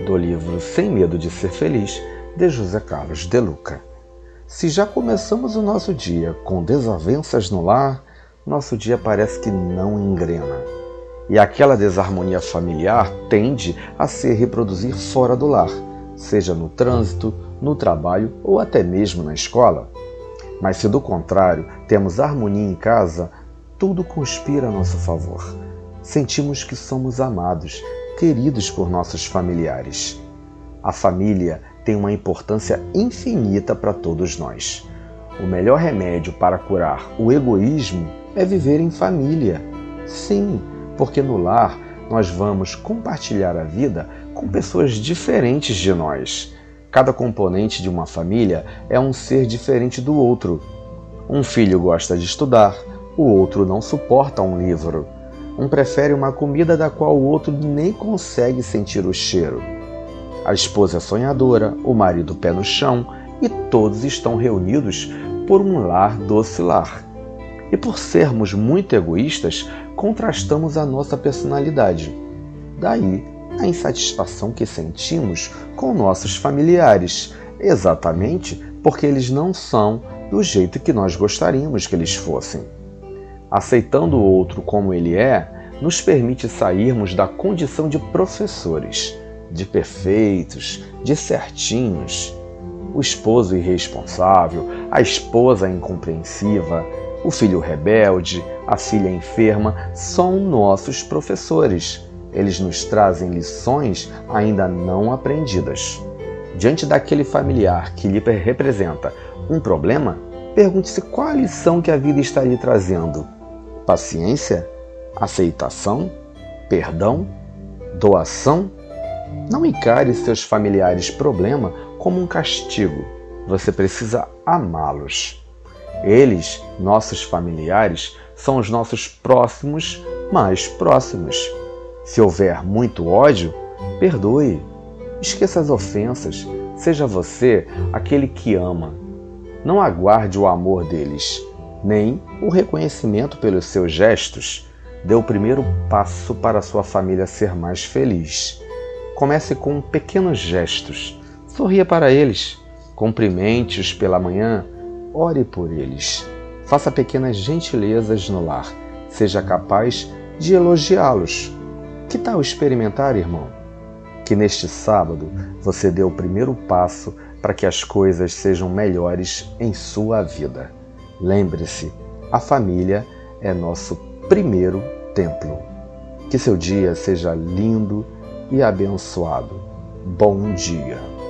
do livro Sem Medo de Ser Feliz, de José Carlos de Luca. Se já começamos o nosso dia com desavenças no lar, nosso dia parece que não engrena. E aquela desarmonia familiar tende a se reproduzir fora do lar, seja no trânsito, no trabalho ou até mesmo na escola. Mas se do contrário temos harmonia em casa, tudo conspira a nosso favor. Sentimos que somos amados, queridos por nossos familiares. A família tem uma importância infinita para todos nós. O melhor remédio para curar o egoísmo é viver em família. Sim, porque no lar nós vamos compartilhar a vida com pessoas diferentes de nós. Cada componente de uma família é um ser diferente do outro. Um filho gosta de estudar, o outro não suporta um livro. Um prefere uma comida da qual o outro nem consegue sentir o cheiro. A esposa é sonhadora, o marido pé no chão e todos estão reunidos por um lar doce lar. E por sermos muito egoístas, contrastamos a nossa personalidade. Daí a insatisfação que sentimos com nossos familiares, exatamente porque eles não são do jeito que nós gostaríamos que eles fossem. Aceitando o outro como ele é, nos permite sairmos da condição de professores, de perfeitos, de certinhos. O esposo irresponsável, a esposa incompreensiva, o filho rebelde, a filha enferma são nossos professores. Eles nos trazem lições ainda não aprendidas. Diante daquele familiar que lhe representa um problema, pergunte-se qual a lição que a vida está lhe trazendo. Paciência? Aceitação? Perdão? Doação? Não encare seus familiares problema como um castigo. Você precisa amá-los. Eles, nossos familiares, são os nossos próximos mais próximos. Se houver muito ódio, perdoe. Esqueça as ofensas. Seja você aquele que ama. Não aguarde o amor deles, nem o reconhecimento pelos seus gestos. Dê o primeiro passo para a sua família ser mais feliz. Comece com pequenos gestos. Sorria para eles. Cumprimente-os pela manhã. Ore por eles. Faça pequenas gentilezas no lar. Seja capaz de elogiá-los. Que tal experimentar, irmão? Que neste sábado você dê o primeiro passo para que as coisas sejam melhores em sua vida. Lembre-se, a família é nosso primeiro templo. Que seu dia seja lindo e abençoado. Bom dia!